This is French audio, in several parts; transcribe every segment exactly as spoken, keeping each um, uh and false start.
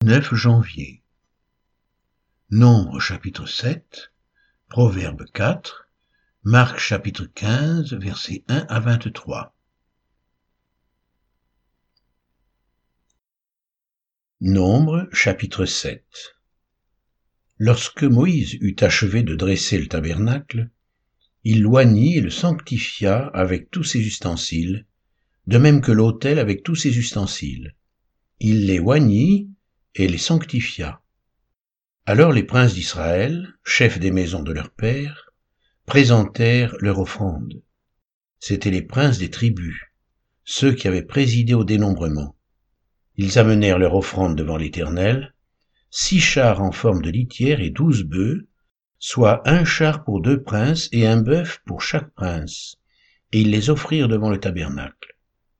neuf janvier. Nombre chapitre sept, Proverbe quatre, Marc chapitre quinze, versets un à vingt-trois. Nombre chapitre sept. Lorsque Moïse eut achevé de dresser le tabernacle, il l'oignit et le sanctifia avec tous ses ustensiles, de même que l'autel avec tous ses ustensiles. Il les oignit et les sanctifia. Alors les princes d'Israël, chefs des maisons de leurs pères, présentèrent leur offrande. C'étaient les princes des tribus, ceux qui avaient présidé au dénombrement. Ils amenèrent leur offrande devant l'Éternel, six chars en forme de litière et douze bœufs, soit un char pour deux princes et un bœuf pour chaque prince, et ils les offrirent devant le tabernacle.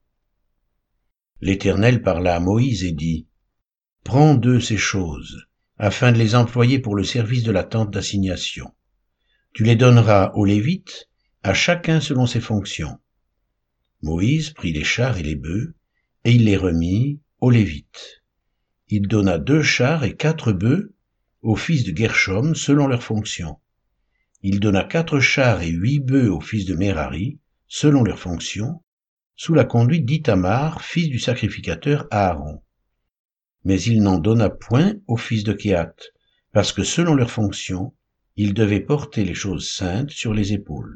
L'Éternel parla à Moïse et dit, « Prends d'eux ces choses, afin de les employer pour le service de la tente d'assignation. Tu les donneras aux Lévites, à chacun selon ses fonctions. » Moïse prit les chars et les bœufs, et il les remit aux Lévites. Il donna deux chars et quatre bœufs aux fils de Gershom selon leurs fonctions. Il donna quatre chars et huit bœufs aux fils de Merari selon leurs fonctions, sous la conduite d'Ithamar, fils du sacrificateur Aaron. Mais il n'en donna point aux fils de Kehath, parce que selon leurs fonctions, ils devaient porter les choses saintes sur les épaules.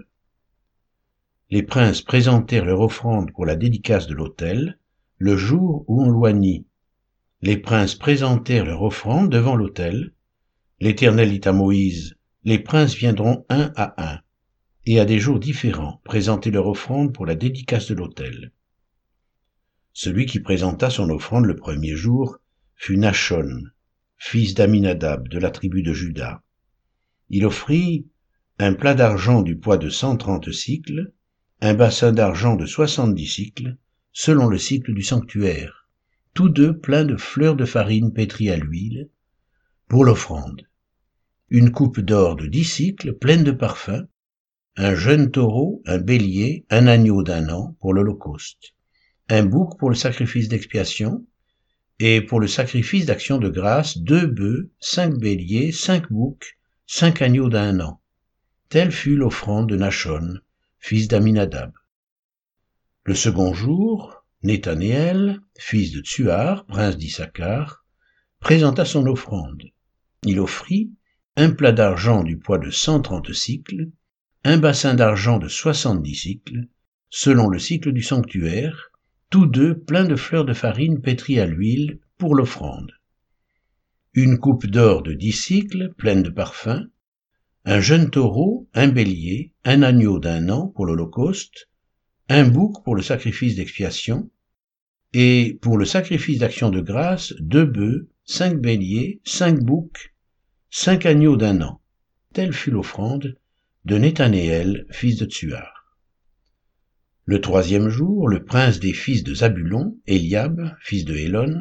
Les princes présentèrent leur offrande pour la dédicace de l'autel, le jour où on l'oignit. Les princes présentèrent leur offrande devant l'autel. L'Éternel dit à Moïse, « Les princes viendront un à un, et à des jours différents, présenter leur offrande pour la dédicace de l'autel. » Celui qui présenta son offrande le premier jour fut Nachon, fils d'Aminadab, de la tribu de Juda. Il offrit un plat d'argent du poids de cent trente cycles, un bassin d'argent de soixante-dix cycles, selon le cycle du sanctuaire, tous deux pleins de fleurs de farine pétrie à l'huile, pour l'offrande. Une coupe d'or de dix cycles, pleine de parfums, un jeune taureau, un bélier, un agneau d'un an pour l'holocauste, un bouc pour le sacrifice d'expiation, et pour le sacrifice d'action de grâce, deux bœufs, cinq béliers, cinq boucs, cinq agneaux d'un an. Telle fut l'offrande de Nachon, fils d'Aminadab. Le second jour, Nethanéel, fils de Tsuar, prince d'Issachar, présenta son offrande. Il offrit un plat d'argent du poids de cent trente cycles, un bassin d'argent de soixante-dix cycles, selon le cycle du sanctuaire, tous deux pleins de fleurs de farine pétrie à l'huile pour l'offrande. Une coupe d'or de dix cycles, pleine de parfums, un jeune taureau, un bélier, un agneau d'un an pour l'holocauste, un bouc pour le sacrifice d'expiation, et pour le sacrifice d'action de grâce, deux bœufs, cinq béliers, cinq boucs, cinq agneaux d'un an. Telle fut l'offrande de Nethanéel, fils de Tsuar. Le troisième jour, le prince des fils de Zabulon, Eliab, fils de Hélon,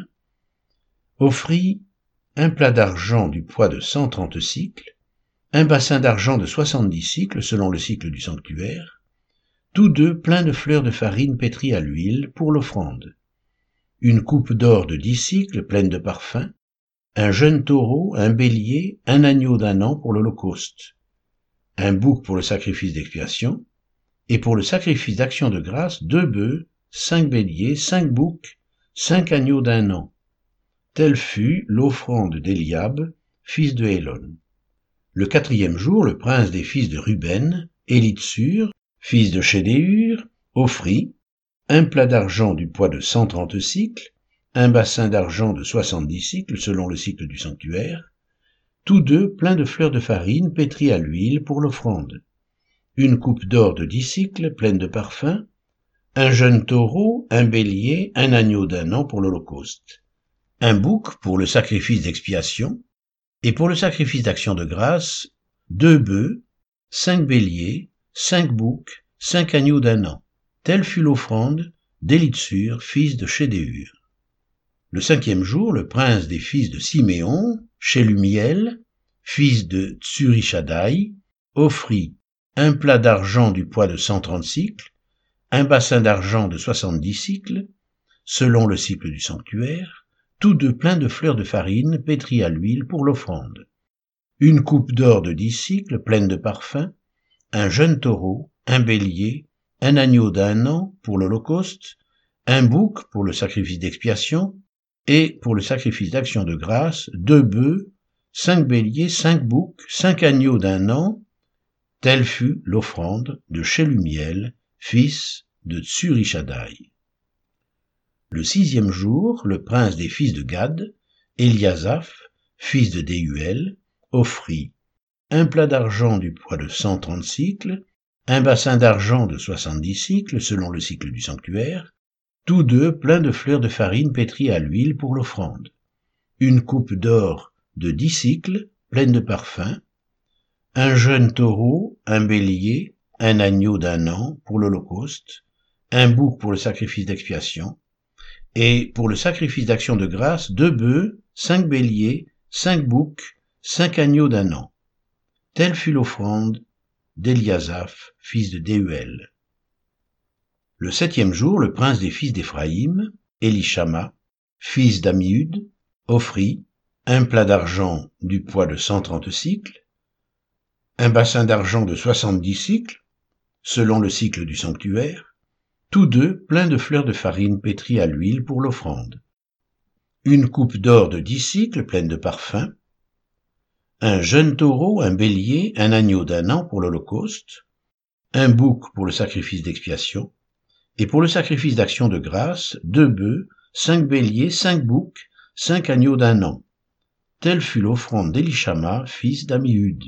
offrit un plat d'argent du poids de cent trente cycles, un bassin d'argent de soixante-dix cycles selon le cycle du sanctuaire, tous deux pleins de fleurs de farine pétrie à l'huile pour l'offrande, une coupe d'or de dix cycles pleine de parfums, un jeune taureau, un bélier, un agneau d'un an pour l'holocauste, un bouc pour le sacrifice d'expiation, et pour le sacrifice d'action de grâce, deux bœufs, cinq béliers, cinq boucs, cinq agneaux d'un an. Telle fut l'offrande d'Eliab, fils de Hélon. Le quatrième jour, le prince des fils de Ruben, Élitsur, fils de Chédéur, offrit un plat d'argent du poids de cent trente cycles, un bassin d'argent de soixante-dix cycles selon le cycle du sanctuaire, tous deux pleins de fleurs de farine pétrie à l'huile pour l'offrande, une coupe d'or de dix cycles pleine de parfums, un jeune taureau, un bélier, un agneau d'un an pour l'holocauste, un bouc pour le sacrifice d'expiation, et pour le sacrifice d'action de grâce, deux bœufs, cinq béliers, cinq boucs, cinq agneaux d'un an. Telle fut l'offrande d'Élitsur, fils de Chédéur. Le cinquième jour, le prince des fils de Siméon, Shelumiel, fils de Tsurishaddaï, offrit un plat d'argent du poids de cent trente cycles, un bassin d'argent de soixante-dix cycles, selon le cycle du sanctuaire, tous deux pleins de fleurs de farine pétries à l'huile pour l'offrande. Une coupe d'or de dix sicles pleine de parfum, un jeune taureau, un bélier, un agneau d'un an pour l'holocauste, un bouc pour le sacrifice d'expiation, et pour le sacrifice d'action de grâce, deux bœufs, cinq béliers, cinq boucs, cinq agneaux d'un an. Telle fut l'offrande de Shelumiel, fils de Tsurishaddaï. Le sixième jour, le prince des fils de Gad, Eliasaph, fils de Déhuel, offrit un plat d'argent du poids de cent trente sicles, un bassin d'argent de soixante-dix sicles selon le cycle du sanctuaire, tous deux pleins de fleurs de farine pétries à l'huile pour l'offrande, une coupe d'or de dix sicles pleine de parfum, un jeune taureau, un bélier, un agneau d'un an pour l'holocauste, un bouc pour le sacrifice d'expiation, et pour le sacrifice d'action de grâce, deux bœufs, cinq béliers, cinq boucs, cinq agneaux d'un an. Telle fut l'offrande d'Eliasaph, fils de Déhuel. Le septième jour, le prince des fils d'Éphraïm, Élishama, fils d'Ammiud, offrit un plat d'argent du poids de cent trente sicles, un bassin d'argent de soixante-dix sicles, selon le cycle du sanctuaire, tous deux pleins de fleurs de farine pétries à l'huile pour l'offrande, une coupe d'or de dix sicles pleine de parfum, un jeune taureau, un bélier, un agneau d'un an pour l'holocauste, un bouc pour le sacrifice d'expiation, et pour le sacrifice d'action de grâce, deux bœufs, cinq béliers, cinq boucs, cinq agneaux d'un an. Telle fut l'offrande d'Élishama, fils d'Ammiud.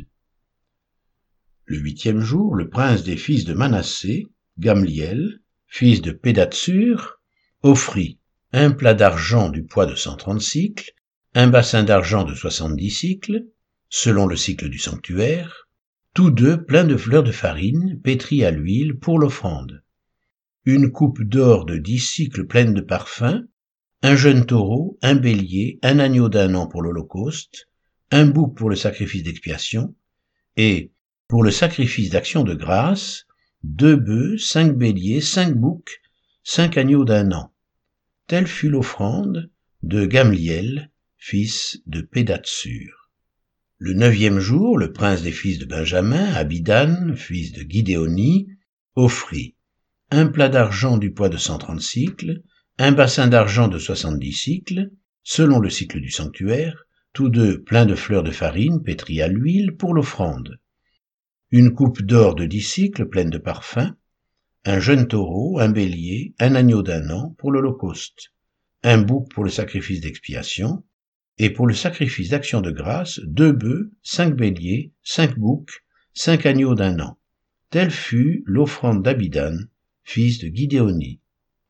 Le huitième jour, le prince des fils de Manassé, Gamliel, fils de Pédatsur, offrit un plat d'argent du poids de cent trente sicles, un bassin d'argent de soixante-dix sicles, selon le cycle du sanctuaire, tous deux pleins de fleurs de farine pétries à l'huile pour l'offrande, une coupe d'or de dix sicles pleine de parfum, un jeune taureau, un bélier, un agneau d'un an pour l'holocauste, un bouc pour le sacrifice d'expiation, et, pour le sacrifice d'action de grâce, deux bœufs, cinq béliers, cinq boucs, cinq agneaux d'un an. Telle fut l'offrande de Gamliel, fils de Pédatsur. Le neuvième jour, le prince des fils de Benjamin, Abidan, fils de Gidéoni, offrit un plat d'argent du poids de cent trente sicles, un bassin d'argent de soixante-dix sicles, selon le cycle du sanctuaire, tous deux pleins de fleurs de farine pétries à l'huile pour l'offrande, une coupe d'or de dix sicles pleine de parfum, un jeune taureau, un bélier, un agneau d'un an pour l'holocauste, un bouc pour le sacrifice d'expiation, et pour le sacrifice d'action de grâce, deux bœufs, cinq béliers, cinq boucs, cinq agneaux d'un an. Telle fut l'offrande d'Abidan, fils de Gidéoni.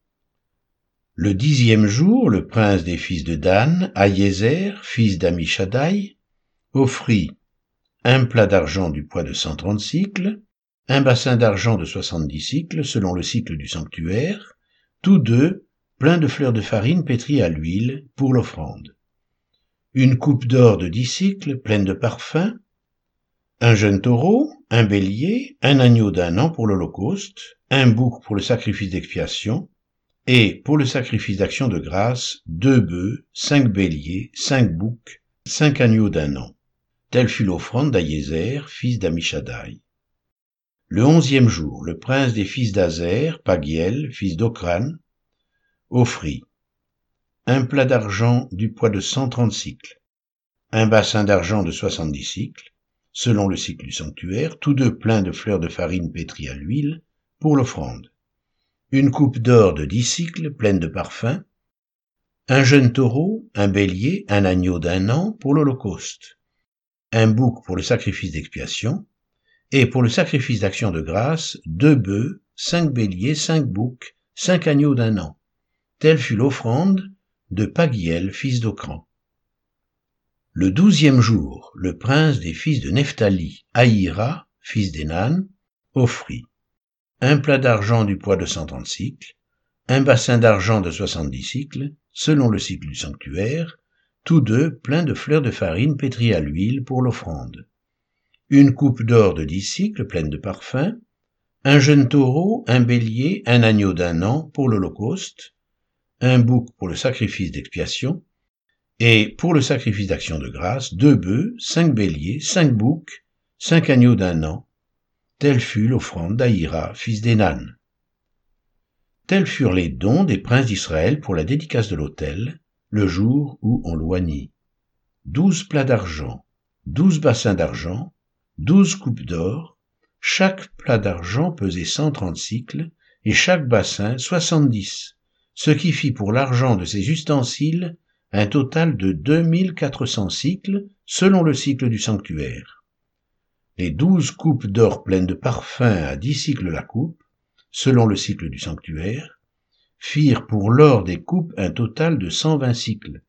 Le dixième jour, le prince des fils de Dan, Ahiézer, fils d'Amishaddaï, offrit un plat d'argent du poids de cent trente sicles, un bassin d'argent de soixante-dix sicles selon le cycle du sanctuaire, tous deux pleins de fleurs de farine pétries à l'huile pour l'offrande, une coupe d'or de dix sicles pleine de parfum, un jeune taureau, un bélier, un agneau d'un an pour l'holocauste, un bouc pour le sacrifice d'expiation, et pour le sacrifice d'action de grâce, deux bœufs, cinq béliers, cinq boucs, cinq agneaux d'un an. Telle fut l'offrande d'Ahiézer, fils d'Amishaddaï. Le onzième jour, le prince des fils d'Azer, Pagiel, fils d'Okran, offrit un plat d'argent du poids de cent trente sicles, un bassin d'argent de soixante-dix sicles, selon le cycle du sanctuaire, tous deux pleins de fleurs de farine pétries à l'huile, pour l'offrande, une coupe d'or de dix sicles pleine de parfum, un jeune taureau, un bélier, un agneau d'un an pour l'holocauste, un bouc pour le sacrifice d'expiation, et pour le sacrifice d'action de grâce, deux bœufs, cinq béliers, cinq boucs, cinq agneaux d'un an. Telle fut l'offrande de Pagiel, fils d'Okran. Le douzième jour, le prince des fils de Nephtali, Ahira, fils d'Énan, offrit un plat d'argent du poids de cent trente sicles, un bassin d'argent de soixante-dix sicles, selon le cycle du sanctuaire, tous deux pleins de fleurs de farine pétries à l'huile pour l'offrande, une coupe d'or de dix sicles pleine de parfum, un jeune taureau, un bélier, un agneau d'un an pour l'holocauste, un bouc pour le sacrifice d'expiation, Et pour le sacrifice d'action de grâce, deux bœufs, cinq béliers, cinq boucs, cinq agneaux d'un an. Telle fut l'offrande d'Aïra, fils d'Énan. Tels furent les dons des princes d'Israël pour la dédicace de l'autel, le jour où on l'oignit. Douze plats d'argent, douze bassins d'argent, douze coupes d'or, chaque plat d'argent pesait cent trente sicles, et chaque bassin soixante-dix, ce qui fit pour l'argent de ces ustensiles un total de deux mille quatre cents sicles, selon le cycle du sanctuaire. Les douze coupes d'or pleines de parfums à dix sicles la coupe, selon le cycle du sanctuaire, firent pour l'or des coupes un total de cent vingt sicles.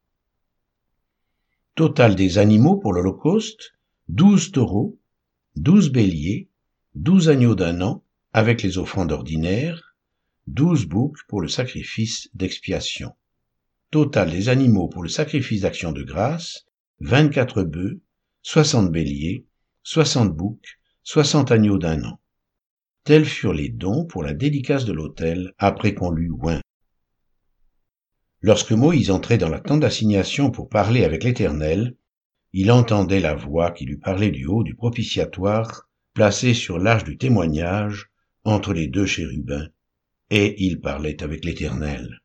Total des animaux pour l'Holocauste, douze taureaux, douze béliers, douze agneaux d'un an, avec les offrandes ordinaires, douze boucs pour le sacrifice d'expiation. Total des animaux pour le sacrifice d'action de grâce, vingt-quatre bœufs, soixante béliers, soixante boucs, soixante agneaux d'un an. Tels furent les dons pour la dédicace de l'autel après qu'on l'eut oint. Lorsque Moïse entrait dans la tente d'assignation pour parler avec l'Éternel, il entendait la voix qui lui parlait du haut du propitiatoire, placé sur l'arche du témoignage, entre les deux chérubins, et il parlait avec l'Éternel.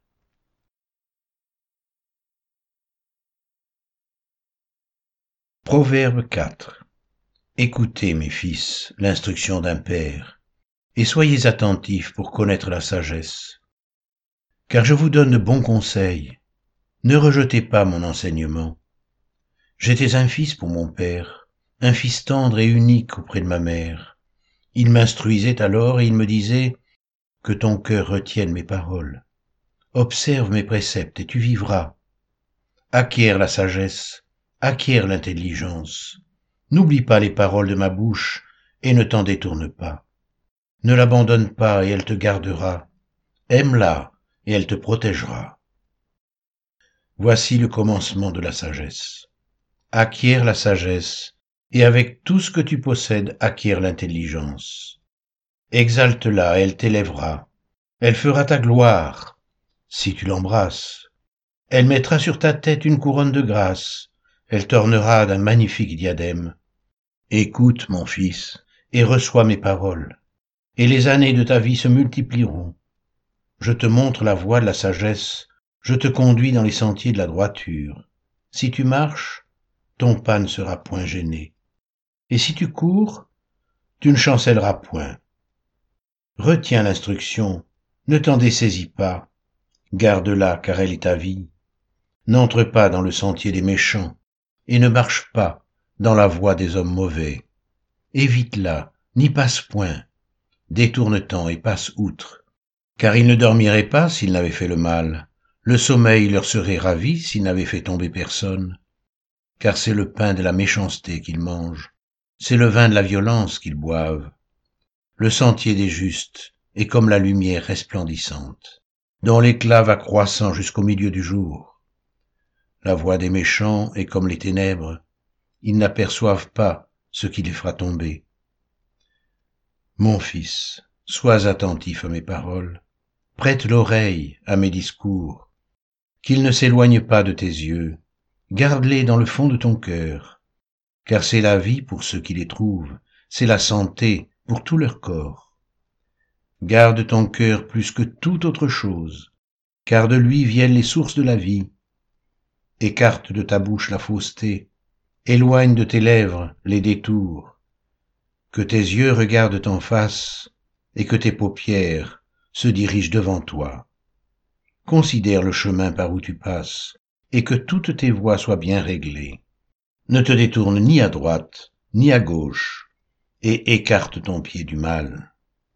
Proverbe quatre. Écoutez, mes fils, l'instruction d'un père, et soyez attentifs pour connaître la sagesse. Car je vous donne de bons conseils, ne rejetez pas mon enseignement. J'étais un fils pour mon père, un fils tendre et unique auprès de ma mère. Il m'instruisait alors et il me disait, que ton cœur retienne mes paroles. Observe mes préceptes et tu vivras. Acquiers la sagesse, acquiers l'intelligence. N'oublie pas les paroles de ma bouche et ne t'en détourne pas. Ne l'abandonne pas et elle te gardera. Aime-la et elle te protégera. Voici le commencement de la sagesse. Acquiers la sagesse et avec tout ce que tu possèdes, acquiers l'intelligence. Exalte-la, elle t'élèvera. Elle fera ta gloire, si tu l'embrasses. Elle mettra sur ta tête une couronne de grâce. Elle t'ornera d'un magnifique diadème. Écoute, mon fils, et reçois mes paroles, et les années de ta vie se multiplieront. Je te montre la voie de la sagesse, je te conduis dans les sentiers de la droiture. Si tu marches, ton pas ne sera point gêné. Et si tu cours, tu ne chancelleras point. Retiens l'instruction, ne t'en dessaisis pas. Garde-la, car elle est ta vie. N'entre pas dans le sentier des méchants, et ne marche pas dans la voie des hommes mauvais. Évite-la, n'y passe point. Détourne-t'en et passe outre. Car ils ne dormiraient pas s'ils n'avaient fait le mal. Le sommeil leur serait ravi s'ils n'avaient fait tomber personne. Car c'est le pain de la méchanceté qu'ils mangent. C'est le vin de la violence qu'ils boivent. Le sentier des justes est comme la lumière resplendissante, dont l'éclat va croissant jusqu'au milieu du jour. La voie des méchants est comme les ténèbres. Ils n'aperçoivent pas ce qui les fera tomber. Mon fils, sois attentif à mes paroles, prête l'oreille à mes discours, qu'ils ne s'éloignent pas de tes yeux, garde-les dans le fond de ton cœur, car c'est la vie pour ceux qui les trouvent, c'est la santé pour tout leur corps. Garde ton cœur plus que toute autre chose, car de lui viennent les sources de la vie. Écarte de ta bouche la fausseté, éloigne de tes lèvres les détours. Que tes yeux regardent en face et que tes paupières se dirigent devant toi. Considère le chemin par où tu passes et que toutes tes voies soient bien réglées. Ne te détourne ni à droite ni à gauche et écarte ton pied du mal.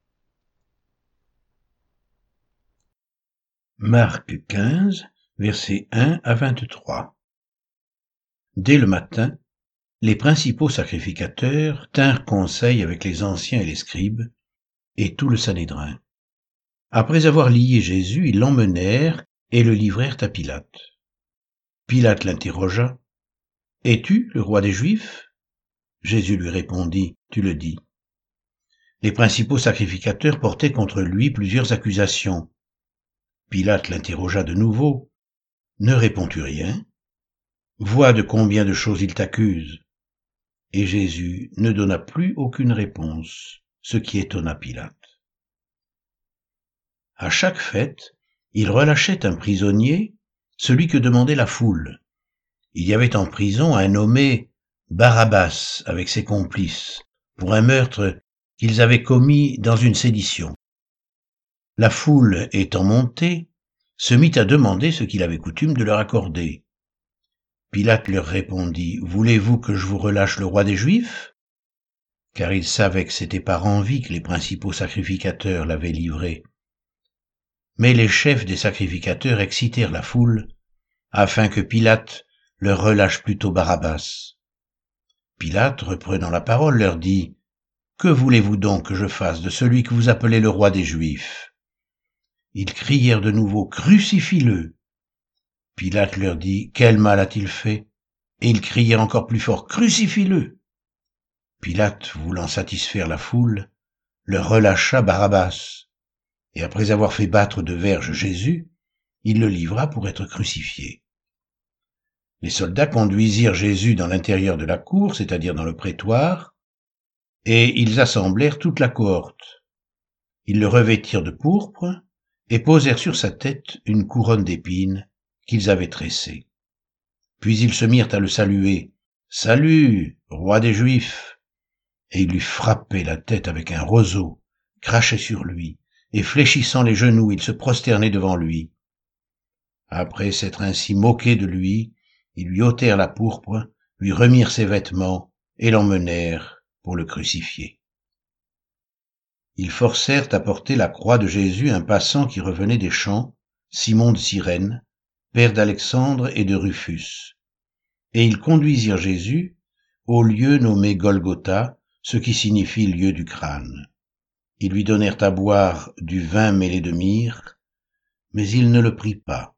Marc quinze, versets un à vingt-trois. Dès le matin, les principaux sacrificateurs tinrent conseil avec les anciens et les scribes, et tout le Sanhédrin. Après avoir lié Jésus, ils l'emmenèrent et le livrèrent à Pilate. Pilate l'interrogea. « Es-tu le roi des Juifs ?» Jésus lui répondit, « Tu le dis. » Les principaux sacrificateurs portaient contre lui plusieurs accusations. Pilate l'interrogea de nouveau. « Ne réponds-tu rien ?» vois de combien de choses il t'accuse. Et Jésus ne donna plus aucune réponse, ce qui étonna Pilate. À chaque fête, il relâchait un prisonnier, celui que demandait la foule. Il y avait en prison un nommé Barabbas avec ses complices, pour un meurtre qu'ils avaient commis dans une sédition. La foule étant montée, se mit à demander ce qu'il avait coutume de leur accorder. Pilate leur répondit, « Voulez-vous que je vous relâche le roi des Juifs ?» Car il savait que c'était par envie que les principaux sacrificateurs l'avaient livré. Mais les chefs des sacrificateurs excitèrent la foule, afin que Pilate leur relâche plutôt Barabbas. Pilate, reprenant la parole, leur dit, « Que voulez-vous donc que je fasse de celui que vous appelez le roi des Juifs ?» Ils crièrent de nouveau, « Crucifie-le !» Pilate leur dit, « Quel mal a-t-il fait ?» Et ils crièrent encore plus fort, « Crucifie-le !» Pilate, voulant satisfaire la foule, leur relâcha Barabbas, et après avoir fait battre de verges Jésus, il le livra pour être crucifié. Les soldats conduisirent Jésus dans l'intérieur de la cour, c'est-à-dire dans le prétoire, et ils assemblèrent toute la cohorte. Ils le revêtirent de pourpre et posèrent sur sa tête une couronne d'épines qu'ils avaient tressée. Puis ils se mirent à le saluer. « Salut, roi des Juifs !» Et ils lui frappaient la tête avec un roseau, crachaient sur lui, et fléchissant les genoux, ils se prosternaient devant lui. Après s'être ainsi moqués de lui, ils lui ôtèrent la pourpre, lui remirent ses vêtements et l'emmenèrent pour le crucifier. Ils forcèrent à porter la croix de Jésus un passant qui revenait des champs, Simon de Cyrène, père d'Alexandre et de Rufus. Et ils conduisirent Jésus au lieu nommé Golgotha, ce qui signifie lieu du crâne. Ils lui donnèrent à boire du vin mêlé de myrrhe, mais il ne le prit pas.